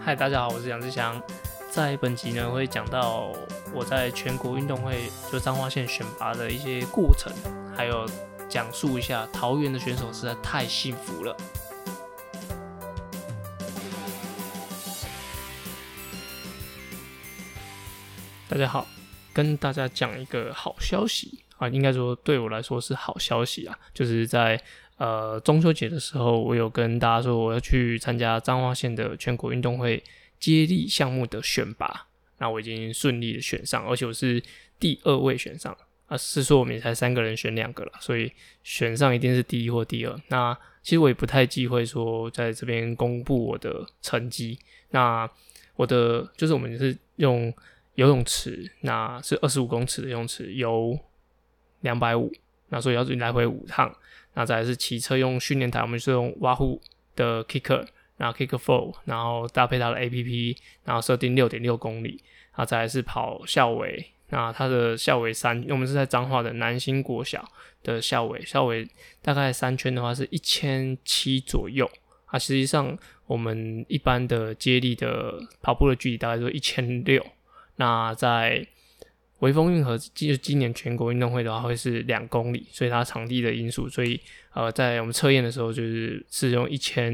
嗨，大家好，我是杨志祥。在本集呢，会讲到我在全国运动会就彰化县选拔的一些过程，还有讲述一下桃园的选手实在太幸福了。大家好，跟大家讲一个好消息啊，应该说对我来说是好消息啊，就是在中秋节的时候，我有跟大家说我要去参加彰化县的全国运动会接力项目的选拔，那我已经顺利的选上，而且我是第2位选上啊，是说我们也才3个人选2个啦，所以选上一定是第1或第2。那其实我也不太忌讳说在这边公布我的成绩。那我的就是我们是用游泳池，那是25公尺的游泳池，游250，那所以要来回5趟。那再来是骑车用训练台，我们是用挖户的 Kicker， 然后 Kicker 4， 然后搭配它的 APP， 然后设定 6.6 公里。然后再来是跑校围，那它的校围3，因为我们是在彰化的南兴国小的校围大概3圈的话是1700左右。啊，实际上我们一般的接力的跑步的距离大概就是1600。那在微风运河今年全国运动会的话会是2公里，所以它场地的因素，所以在我们测验的时候是用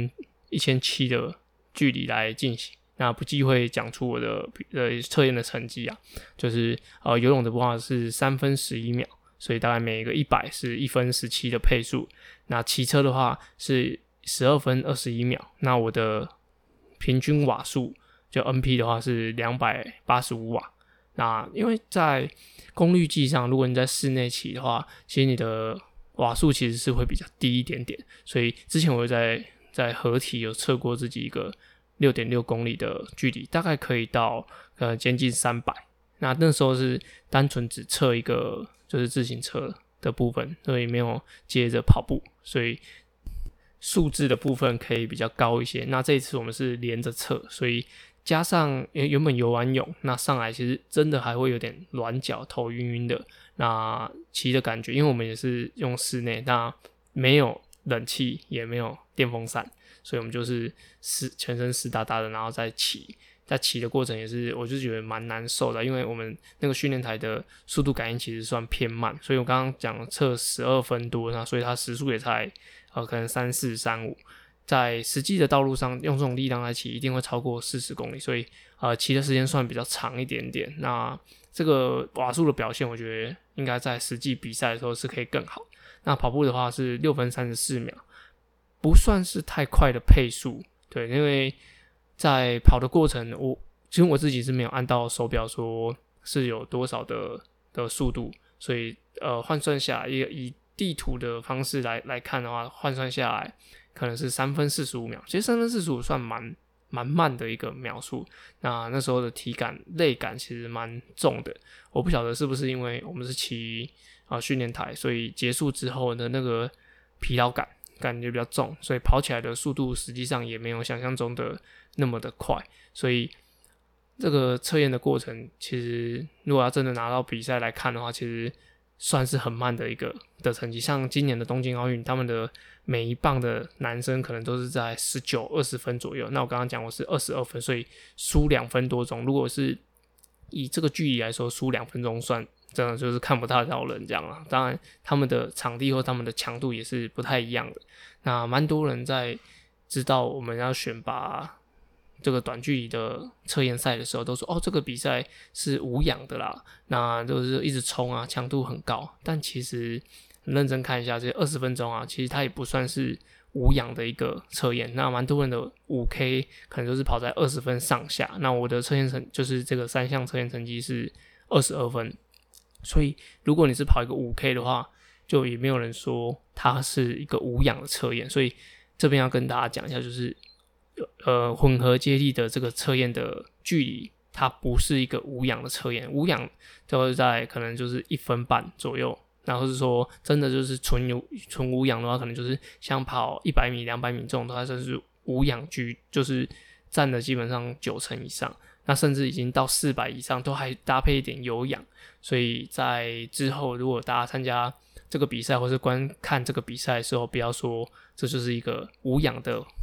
1700的距离来进行。那不忌讳讲出我的测验的成绩啊，就是游泳的话是3分11秒，所以大概每个100是1分17的配速。那骑车的话是12分21秒，那我的平均瓦数就 NP 的话是285瓦。那因为在功率计上，如果你在室内骑的话，其实你的瓦数其实是会比较低一点点，所以之前我有在合体有测过自己一个 6.6 公里的距离，大概可以到接近300。那时候是单纯只测一个就是自行车的部分，所以没有接着跑步，所以数字的部分可以比较高一些。那这一次我们是连着测，所以加上原本游完泳，那上来其实真的还会有点软脚，头晕晕的。那骑的感觉，因为我们也是用室内，那没有冷气，也没有电风扇，所以我们就是全身湿哒哒的，然后再骑。在骑的过程也是，我就觉得蛮难受的，因为我们那个训练台的速度感应其实算偏慢，所以我刚刚讲测12分多，那所以它时速也才可能34、35。在实际的道路上用这种力量来骑一定会超过40公里，所以骑的时间算比较长一点点。那这个瓦数的表现我觉得应该在实际比赛的时候是可以更好。那跑步的话是6分34秒，不算是太快的配速，对，因为在跑的过程其实我自己是没有按到手表说是有多少的速度，所以换算下来以地图的方式来看的话，换算下来可能是3分45秒，其实3分45算蛮慢的一个秒数。那时候的体感累感其实蛮重的，我不晓得是不是因为我们是骑训练台，所以结束之后的那个疲劳感觉比较重，所以跑起来的速度实际上也没有想象中的那么的快。所以这个测验的过程，其实如果要真的拿到比赛来看的话，其实算是很慢的一个的成绩。像今年的东京奥运，他们的每一棒的男生可能都是在19、20分左右。那我刚刚讲我是22分，所以输2分多钟。如果是以这个距离来说，输2分钟算真的就是看不太到人这样啦。当然，他们的场地或他们的强度也是不太一样的。那蛮多人在知道我们要选拔这个短距离的测验赛的时候，都说这个比赛是无氧的啦，那就是一直冲啊，强度很高。但其实很认真看一下，这20分钟啊，其实它也不算是无氧的一个测验。那蛮多人的 5K 可能就是跑在20分上下。那我的测验就是这个3项测验成绩是22分，所以如果你是跑一个 5K 的话，就也没有人说它是一个无氧的测验。所以这边要跟大家讲一下，就是混合接力的这个测验的距离，它不是一个无氧的测验，无氧就是在可能就是1分半左右。然后是说真的就是纯无氧的话，可能就是像跑100米、200米这种的话，算是无氧就是占了基本上90%以上。那甚至已经到400以上，都还搭配一点有氧。所以在之后，如果大家参加这个比赛或是观看这个比赛的时候，不要说这就是一个无氧的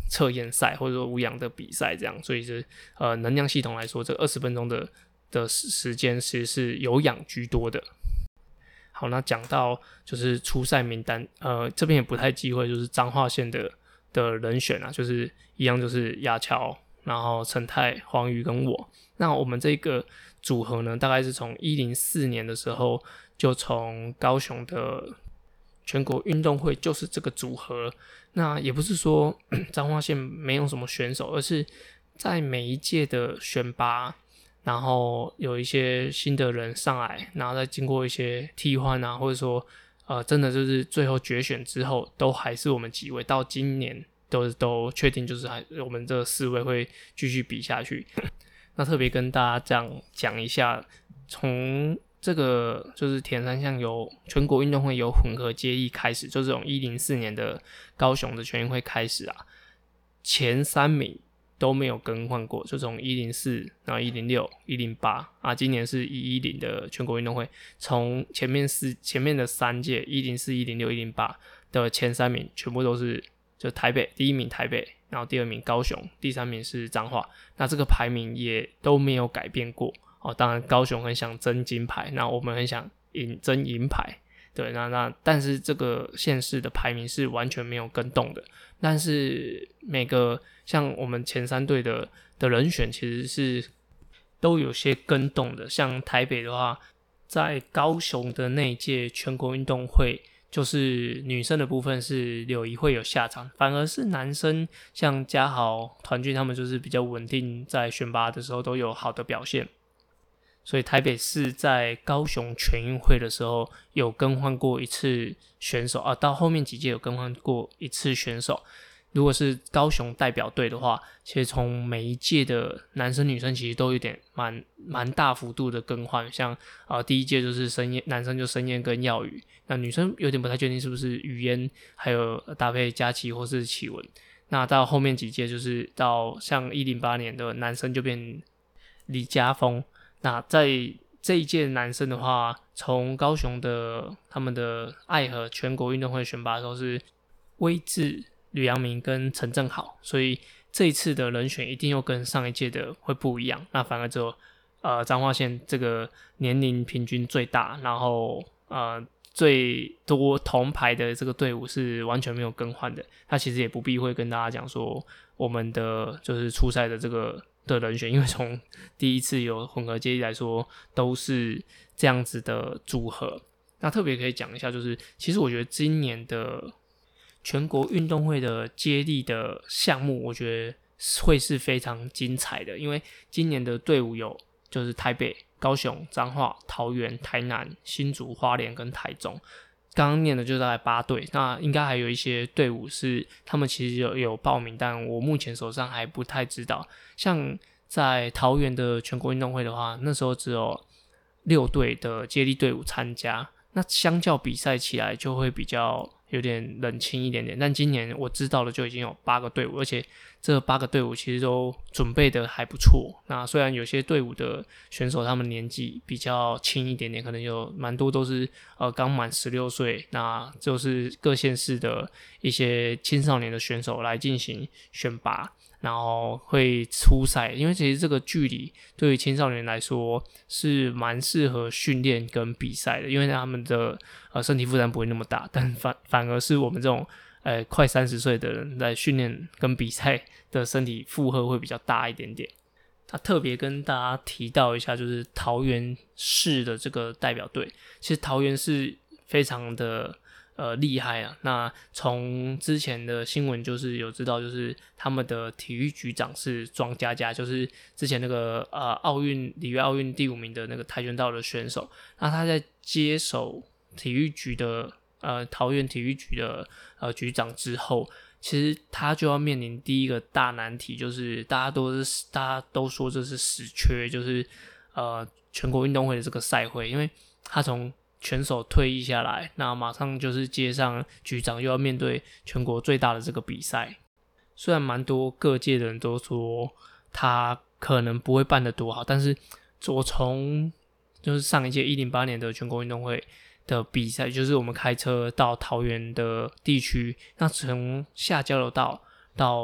测验赛或者说无氧的比赛这样，所以是能量系统来说，这20分钟的时间其实是有氧居多的。好，那讲到就是初赛名单，这边也不太忌讳，就是彰化县的人选啊，就是一样就是亚乔，然后陈泰、黄瑜跟我。那我们这个组合呢，大概是从104年的时候就从高雄的全国运动会就是这个组合。那也不是说彰化县没有什么选手，而是在每一届的选拔，然后有一些新的人上来，然后再经过一些替换啊，或者说真的就是最后决选之后，都还是我们几位，到今年都确定就是我们这4位会继续比下去。那特别跟大家这样讲一下，从这个就是铁人三项由全国运动会由混合接力开始，就是从104年的高雄的全运会开始啊，前3名都没有更换过，就从104，然后106、108啊，今年是110的全国运动会，从前面的3届104、106、108的前3名全部都是就台北，第1名台北，然后第2名高雄，第3名是彰化，那这个排名也都没有改变过哦。当然高雄很想争金牌，那我们很想争银牌。对，但是这个县市的排名是完全没有更动的，但是每个像我们前3队的人选其实是都有些更动的，像台北的话，在高雄的那一届全国运动会，就是女生的部分是柳怡会有下场，反而是男生像嘉豪、团俊他们就是比较稳定，在选拔的时候都有好的表现。所以台北市在高雄全运会的时候有更换过一次选手啊，到后面几届有更换过一次选手。如果是高雄代表队的话，其实从每一届的男生女生其实都有点蛮大幅度的更换，像第1届就是男生就申燕跟耀宇，那女生有点不太确定是不是雨嫣，还有搭配佳琪或是启文。那到后面几届就是到像108年的男生就变李家峰。那在这一届男生的话，从高雄的他们的爱河全国运动会选拔的时候是威志、吕阳明跟陈正豪，所以这一次的人选一定又跟上一届的会不一样。那反而只有彰化县这个年龄平均最大，然后最多铜牌的这个队伍是完全没有更换的。他其实也不避讳跟大家讲说，我们的就是初赛的这个的人选，因为从第一次有混合接力来说都是这样子的组合。那特别可以讲一下，就是其实我觉得今年的全国运动会的接力的项目，我觉得会是非常精彩的，因为今年的队伍有就是台北、高雄、彰化、桃园、台南、新竹、花莲跟台中。刚刚念的就大概8队，那应该还有一些队伍是他们其实有报名，但我目前手上还不太知道。像在桃园的全国运动会的话，那时候只有6队的接力队伍参加，那相较比赛起来就会比较有点冷清一点点。但今年我知道的就已经有8个队伍，而且这8个队伍其实都准备的还不错。那虽然有些队伍的选手他们年纪比较轻一点点，可能有蛮多都是刚满16岁，那就是各县市的一些青少年的选手来进行选拔，然后会出赛，因为其实这个距离对于青少年来说是蛮适合训练跟比赛的，因为他们的身体负担不会那么大，但反而是我们这种快30岁的人在训练跟比赛的身体负荷会比较大一点点。他特别跟大家提到一下，就是桃园市的这个代表队，其实桃园市非常的厉害啊。那从之前的新闻就是有知道，就是他们的体育局长是庄家家，就是之前那个里约奥运第5名的那个跆拳道的选手。那他在接手体育局的桃园体育局的局长之后，其实他就要面临第一个大难题，就是大家都说这是死缺，就是全国运动会的这个赛会，因为他从选手退役下来，那马上就是接上局长，又要面对全国最大的这个比赛。虽然蛮多各界的人都说他可能不会办得多好，但是我从就是上一届108年的全国运动会的比赛，就是我们开车到桃园的地区，那从下交流道到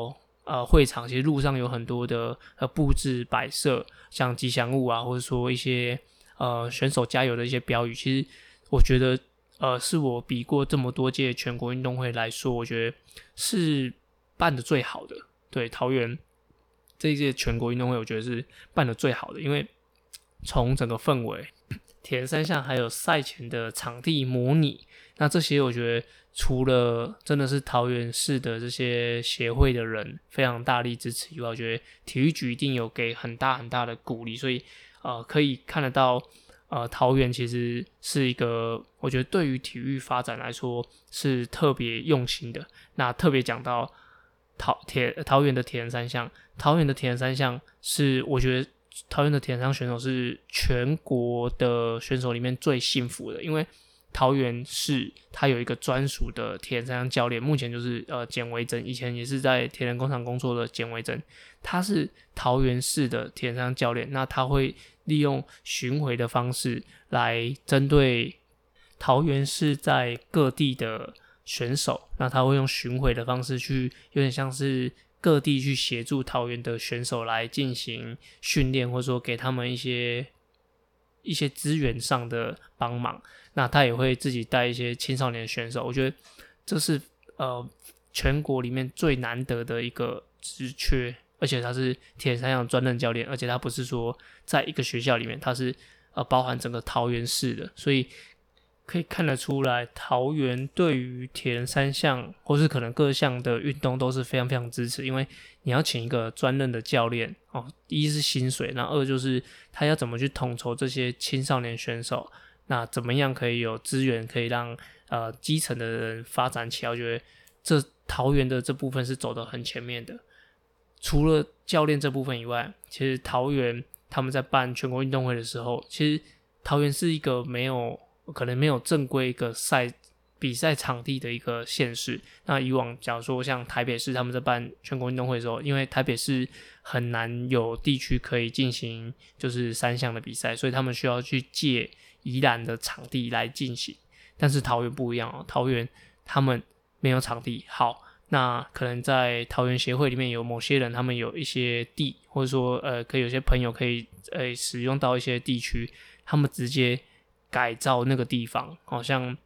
会场，其实路上有很多的布置摆设，像吉祥物啊，或者说一些选手加油的一些标语，其实我觉得是我比过这么多届全国运动会来说，我觉得是办的最好的。对，桃园这一届全国运动会，我觉得是办的最好的，因为从整个氛围、铁人三项还有赛前的场地模拟，那这些我觉得除了真的是桃园市的这些协会的人非常大力支持以外，我觉得体育局一定有给很大很大的鼓励，所以可以看得到桃园其实是一个我觉得对于体育发展来说是特别用心的。那特别讲到桃园的铁人三项，桃园的铁人三项是我觉得桃园的铁人三项选手是全国的选手里面最幸福的，因为桃园市它有一个专属的铁人三项教练，目前就是简维珍，以前也是在铁人工厂工作的简维珍，他是桃园市的铁人三项教练，那他会利用巡回的方式来针对桃园市在各地的选手，那他会用巡回的方式去，有点像是各地去协助桃园的选手来进行训练，或者说给他们一些资源上的帮忙。那他也会自己带一些青少年的选手，我觉得这是全国里面最难得的一个职缺，而且他是铁人三项专任教练，而且他不是说在一个学校里面，他是包含整个桃园市的，所以可以看得出来，桃园对于铁人三项或是可能各项的运动都是非常非常支持，因为你要请一个专任的教练一是薪水，那二就是他要怎么去统筹这些青少年选手，那怎么样可以有资源可以让基层的人发展起来，我觉得这桃园的这部分是走得很前面的。除了教练这部分以外，其实桃园他们在办全国运动会的时候，其实桃园是一个可能没有正规一个比赛场地的一个县市。那以往假如说像台北市他们在办全国运动会的时候，因为台北市很难有地区可以进行就是3项的比赛，所以他们需要去借宜兰的场地来进行。但是桃园不一样桃园他们没有场地，好，那可能在桃园协会里面有某些人他们有一些地，或者说可以有些朋友可以使用到一些地区，他们直接改造那个地方，好像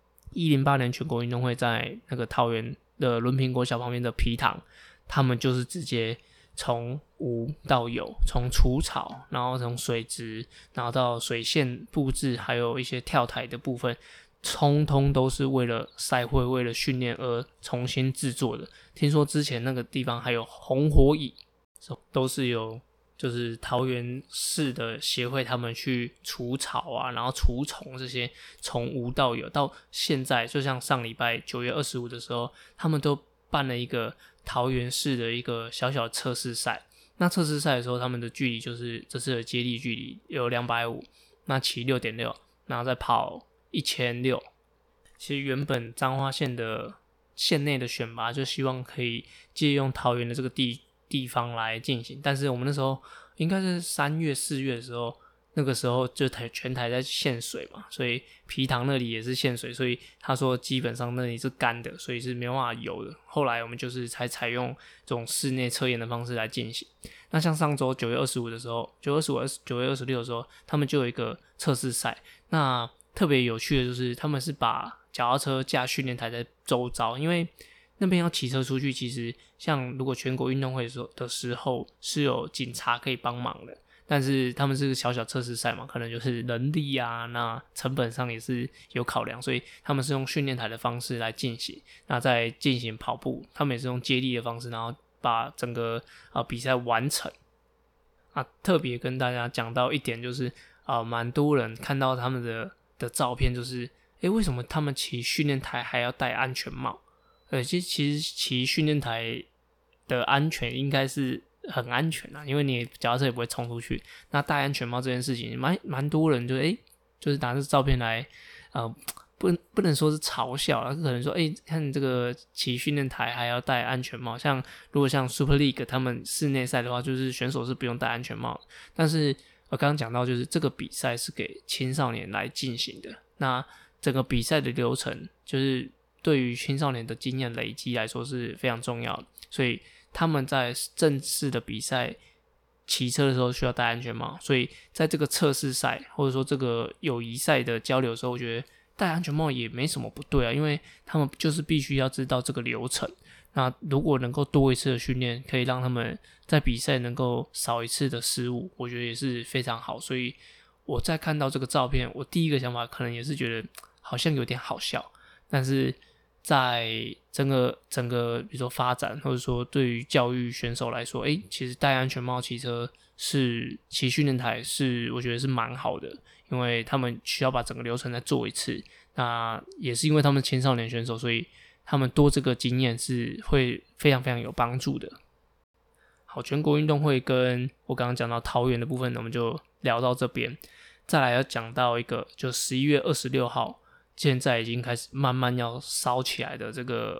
108年全国运动会在那个桃园的伦平国小旁边的皮塘，他们就是直接从无到有，从除草，然后从水质，然后到水线布置，还有一些跳台的部分，通通都是为了赛会、为了训练而重新制作的。听说之前那个地方还有红火蚁，都是由就是桃园市的协会他们去除草啊，然后除虫，这些从无到有，到现在就像上礼拜9月25的时候，他们都办了一个桃园市的一个小小的测试赛。那测试赛的时候，他们的距离就是这次的接力距离有250，那骑 6.6， 然后再跑1600。其实原本彰化县的县内的选拔就希望可以借用桃园的这个地方来进行，但是我们那时候应该是3月4月的时候，那个时候就全台在限水嘛，所以皮塘那里也是限水，所以他说基本上那里是干的，所以是没办法游的。后来我们就是采用这种室内测验的方式来进行。那像上周9月25的时候，9月25、9月26的时候，他们就有一个测试赛。那特别有趣的就是他们是把脚踏车架训练台在周遭，因为那边要骑车出去，其实像如果全国运动会的时候是有警察可以帮忙的，但是他们是个小小测试赛嘛，可能就是人力啊，那成本上也是有考量，所以他们是用训练台的方式来进行。那在进行跑步，他们也是用接力的方式，然后把整个比赛完成。特别跟大家讲到一点，就是蛮多人看到他们的照片，就是为什么他们骑训练台还要戴安全帽？其实骑训练台的安全应该是很安全啦，因为你脚踏车也不会冲出去。那戴安全帽这件事情，蛮多人就是拿这照片来不能说是嘲笑啦，可能说看这个骑训练台还要戴安全帽。如果像 Super League 他们室内赛的话，就是选手是不用戴安全帽的。但是我刚刚讲到，就是这个比赛是给青少年来进行的，那整个比赛的流程就是对于青少年的经验累积来说是非常重要的，所以他们在正式的比赛骑车的时候需要戴安全帽，所以在这个测试赛或者说这个友谊赛的交流的时候，我觉得戴安全帽也没什么不对啊，因为他们就是必须要知道这个流程。那如果能够多一次的训练，可以让他们在比赛能够少一次的失误，我觉得也是非常好。所以我在看到这个照片，我第一个想法可能也是觉得好像有点好笑，但是在整个比如说发展，或者说对于教育选手来说，其实戴安全帽骑车是骑训练台是我觉得是蛮好的，因为他们需要把整个流程再做一次。那也是因为他们青少年选手，所以他们多这个经验是会非常非常有帮助的。好，全国运动会跟我刚刚讲到桃园的部分，我们就聊到这边。再来要讲到一个，就11月26号，现在已经开始慢慢要烧起来的这个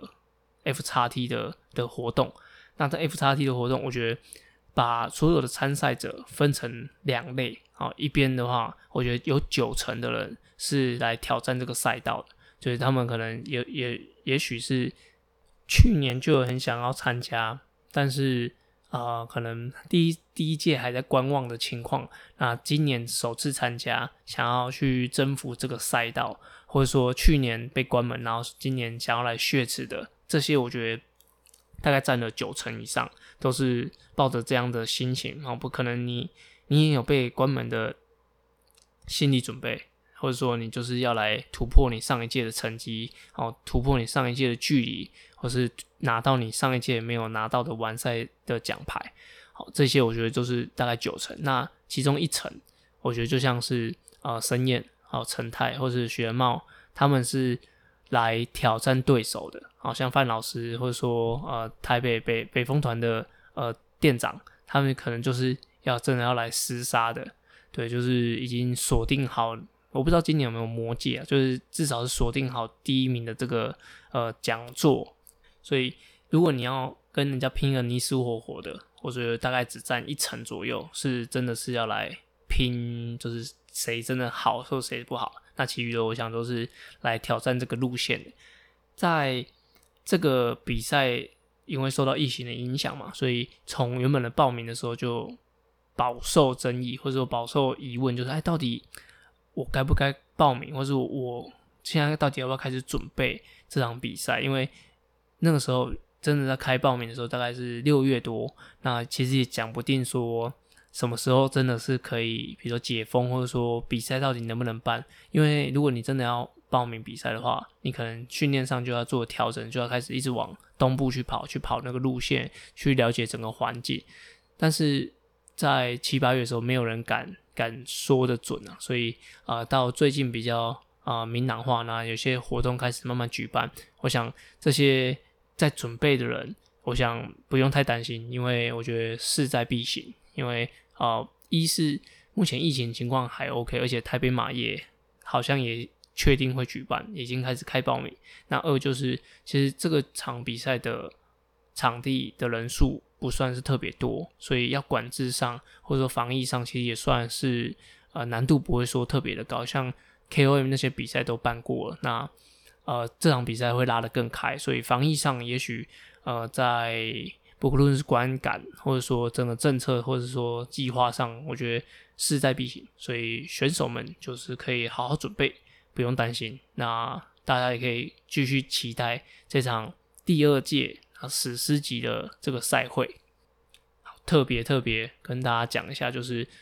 FXT 的活动。那在 FXT 的活动，我觉得把所有的参赛者分成2类。好，一边的话，我觉得有90%的人是来挑战这个赛道的，就是他们可能也许是去年就很想要参加，但是可能第一届还在观望的情况，那今年首次参加，想要去征服这个赛道，或者说去年被关门，然后今年想要来血池的，这些我觉得大概占了90%以上，都是抱着这样的心情，不可能你也有被关门的心理准备，或者说你就是要来突破你上一届的成绩，突破你上一届的距离，或是拿到你上一届没有拿到的完赛的奖牌。好，这些我觉得都是大概90%。那其中1%，我觉得就像是申燕、陈泰或是学茂，他们是来挑战对手的。好像范老师或者说台北风团的店长，他们可能就是真的要来厮杀的。对，就是已经锁定好，我不知道今年有没有魔戒啊，就是至少是锁定好第1名的这个讲座。所以如果你要跟人家拼个你死我活的，我觉得大概只占1%左右，是真的是要来拼，就是谁真的好或谁不好。那其余的我想都是来挑战这个路线的。在这个比赛因为受到疫情的影响嘛，所以从原本的报名的时候就饱受争议，或者说饱受疑问，就是到底我该不该报名，或者我现在到底要不要开始准备这场比赛？因为那个时候真的在开报名的时候大概是6月多，那其实也讲不定说什么时候真的是可以比如说解封，或者说比赛到底能不能办。因为如果你真的要报名比赛的话，你可能训练上就要做调整，就要开始一直往东部去跑那个路线，去了解整个环境。但是在7、8月的时候没有人敢说得准啊，所以到最近比较明朗化，那有些活动开始慢慢举办，我想这些在准备的人，我想不用太担心，因为我觉得势在必行。因为一是目前疫情情况还 OK， 而且台北马也好像也确定会举办，已经开始开报名。那2就是其实这个场比赛的场地的人数不算是特别多，所以要管制上或者说防疫上，其实也算是难度不会说特别的高。像 KOM 那些比赛都办过了，那这场比赛会拉得更开，所以防疫上也许在不论是观感或者说整个政策或者说计划上，我觉得势在必行，所以选手们就是可以好好准备，不用担心。那大家也可以继续期待这场第2届史诗级的这个赛会。好，特别跟大家讲一下，就是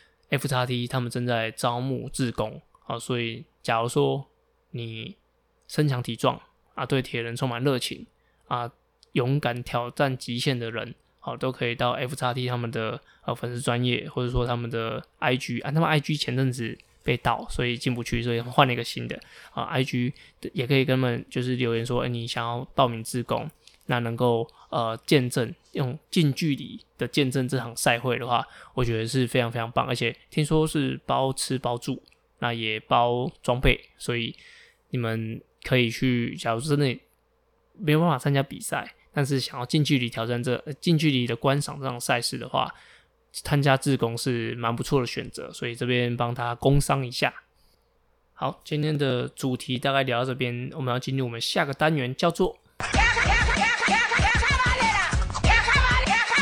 FXT 他们正在招募志工，所以假如说你身强体壮对铁人充满热情勇敢挑战极限的人，都可以到 FXT 他们的粉丝专页，或者说他们的 IG 他们 IG 前阵子被盗，所以进不去，所以换了一个新的IG 也可以跟他们就是留言说，你想要报名志工，那能够见证，用近距离的见证这场赛会的话，我觉得是非常非常棒。而且听说是包吃包住，那也包装备，所以你们可以去，假如真的没有办法参加比赛，但是想要近距离挑战近距离的观赏这场赛事的话，参加志工是蛮不错的选择，所以这边帮他工商一下。好，今天的主题大概聊到这边，我们要进入我们下个单元，叫做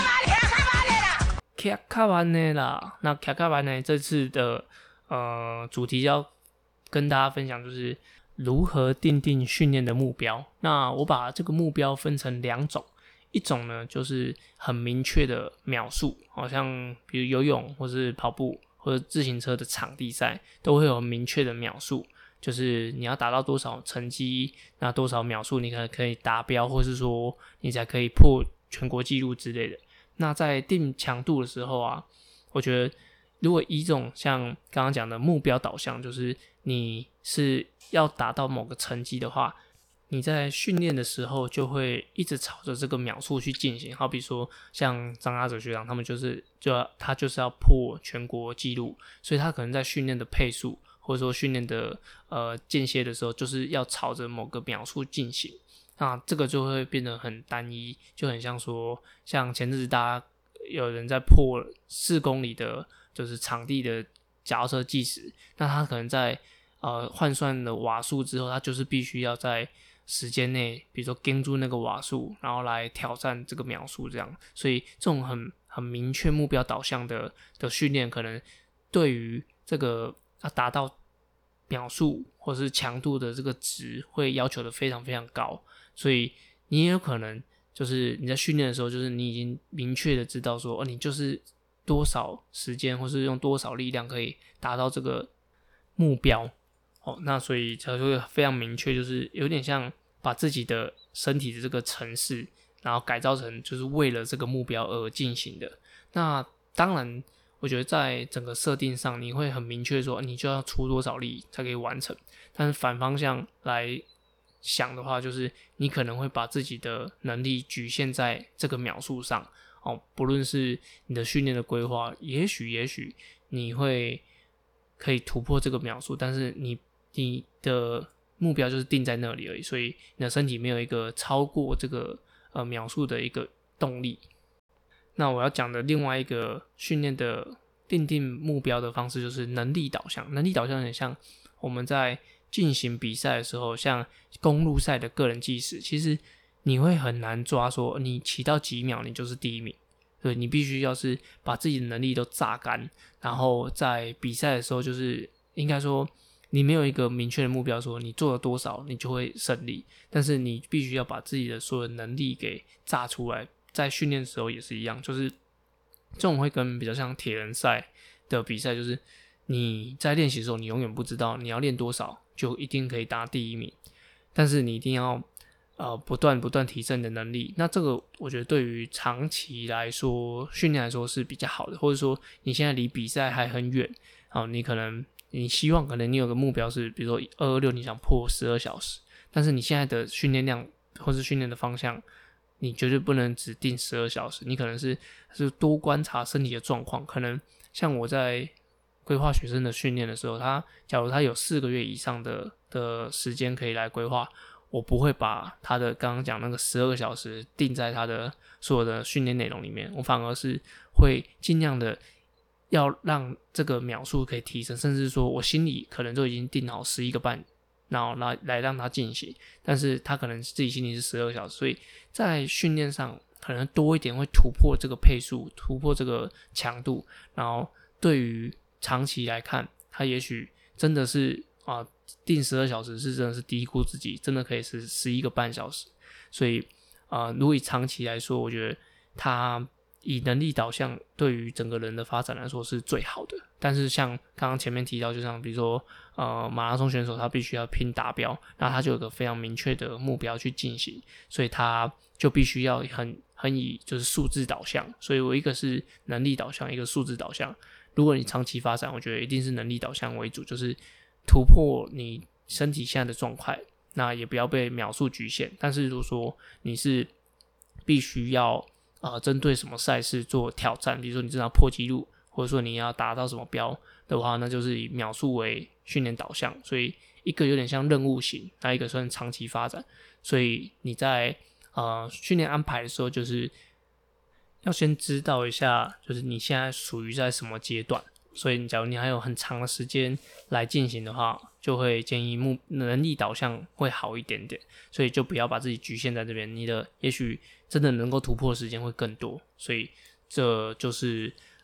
卡卡班呢啦。那卡卡班呢这次的主题要跟大家分享就是如何定训练的目标。那我把这个目标分成2种，一种呢就是很明确的秒数，好像比如游泳或是跑步或者自行车的场地赛都会有很明确的秒数，就是你要达到多少成绩，那多少秒数你可以达标，或是说你才可以破全国纪录之类的。那在定强度的时候啊，我觉得如果以这种像刚刚讲的目标导向，就是你是要达到某个成绩的话，你在训练的时候就会一直朝着这个秒数去进行。好比说像张阿哲学长他们他就是要破全国纪录，所以他可能在训练的配速或者说训练的间歇的时候，就是要朝着某个秒数进行。那这个就会变得很单一，就很像说，像前阵子大家有人在破4公里的，就是场地的脚踏车计时，那他可能在换算了瓦数之后，他就是必须要在时间内，比如说跟住那个瓦数，然后来挑战这个秒数这样。所以这种很明确目标导向的训练，可能对于这个要达到秒数或是强度的这个值，会要求的非常非常高。所以你也有可能就是你在训练的时候，就是你已经明确的知道说，你就是多少时间或是用多少力量可以达到这个目标。那所以才会非常明确，就是有点像把自己的身体的这个程式，然后改造成就是为了这个目标而进行的。那当然，我觉得在整个设定上，你会很明确说，你就要出多少力才可以完成。但是反方向来想的话，就是你可能会把自己的能力局限在这个秒数上。不论是你的训练的规划，也许你会可以突破这个秒数，但是你的目标就是定在那里而已，所以你的身体没有一个超过这个秒数的一个动力。那我要讲的另外一个训练的定目标的方式，就是能力导向。能力导向有点像我们在进行比赛的时候，像公路赛的个人计时，其实你会很难抓说你骑到几秒你就是第一名。对，你必须要是把自己的能力都榨干，然后在比赛的时候，就是应该说你没有一个明确的目标，说你做了多少你就会胜利，但是你必须要把自己的所有能力给榨出来。在训练的时候也是一样，就是这种会跟比较像铁人赛的比赛，就是你在练习的时候，你永远不知道你要练多少就一定可以达第一名，但是你一定要不断提升你的能力。那这个我觉得对于长期来说训练来说是比较好的，或者说你现在离比赛还很远，你希望可能你有个目标是，比如说226你想破12小时，但是你现在的训练量或是训练的方向，你绝对不能只定12小时，你可能是多观察身体的状况。可能像我在规划学生的训练的时候，假如他有4个月以上的时间可以来规划，我不会把他的刚刚讲那个12个小时定在他的所有的训练内容里面，我反而是会尽量的要让这个秒数可以提升，甚至说我心里可能都已经定好11个半，然后来让他进行，但是他可能自己心里是12个小时，所以在训练上可能多一点会突破这个配速，突破这个强度，然后对于长期来看，他也许真的是定12小时是真的是低估自己，真的可以是11个半小时。所以如果以长期来说，我觉得他以能力导向对于整个人的发展来说是最好的。但是像刚刚前面提到，就像比如说马拉松选手他必须要拼达标，那他就有个非常明确的目标去进行，所以他就必须要很以就是数字导向。所以我一个是能力导向，一个数字导向。如果你长期发展，我觉得一定是能力导向为主，就是突破你身体现在的状态，那也不要被秒数局限。但是如果说你是必须要针对什么赛事做挑战，比如说你真的要破纪录，或者说你要达到什么标的话，那就是以秒数为训练导向。所以一个有点像任务型，那一个算长期发展。所以你在训练安排的时候，就是要先知道一下，就是你现在属于在什么阶段。所以假如你还有很长的时间来进行的话，就会建议能力导向会好一点点，所以就不要把自己局限在这边，你的也许真的能够突破的时间会更多。所以这就是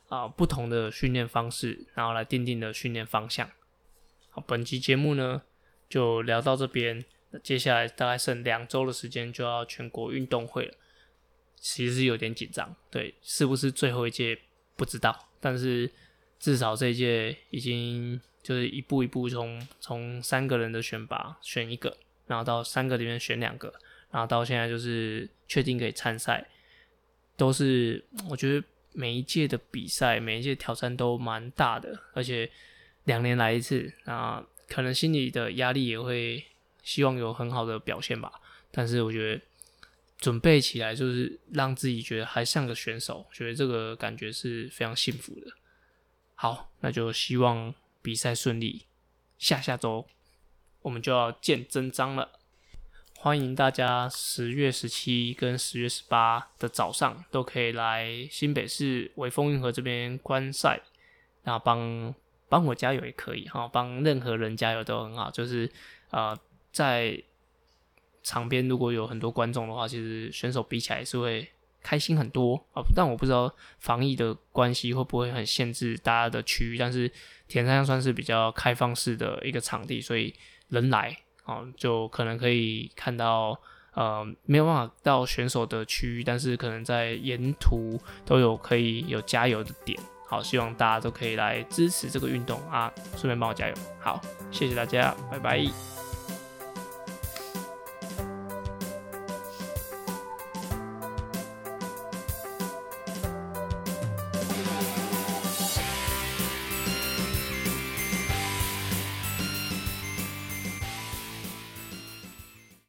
不同的训练方式，然后来奠定的训练方向。好，本期节目呢就聊到这边，接下来大概剩2周的时间就要全国运动会了，其实是有点紧张，对，是不是最后一届不知道，但是至少这一届已经就是一步一步从3个人的选拔选1个，然后到3个里面选2个，然后到现在就是确定可以参赛，都是我觉得每一届的比赛每一届挑战都蛮大的，而且2年来一次，那可能心里的压力也会希望有很好的表现吧，但是我觉得准备起来就是让自己觉得还像个选手，觉得这个感觉是非常幸福的。好，那就希望比赛顺利，下周我们就要见真章了。欢迎大家10月17跟10月18的早上都可以来新北市微风运河这边观赛，然后帮我加油也可以，帮任何人加油都很好。就是在场边如果有很多观众的话，其实选手比起来也是会开心很多但我不知道防疫的关系会不会很限制大家的区域，但是田山算是比较开放式的一个场地，所以人来就可能可以看到没有办法到选手的区域，但是可能在沿途都可以有加油的点。好，希望大家都可以来支持这个运动啊，顺便帮我加油。好，谢谢大家，拜拜。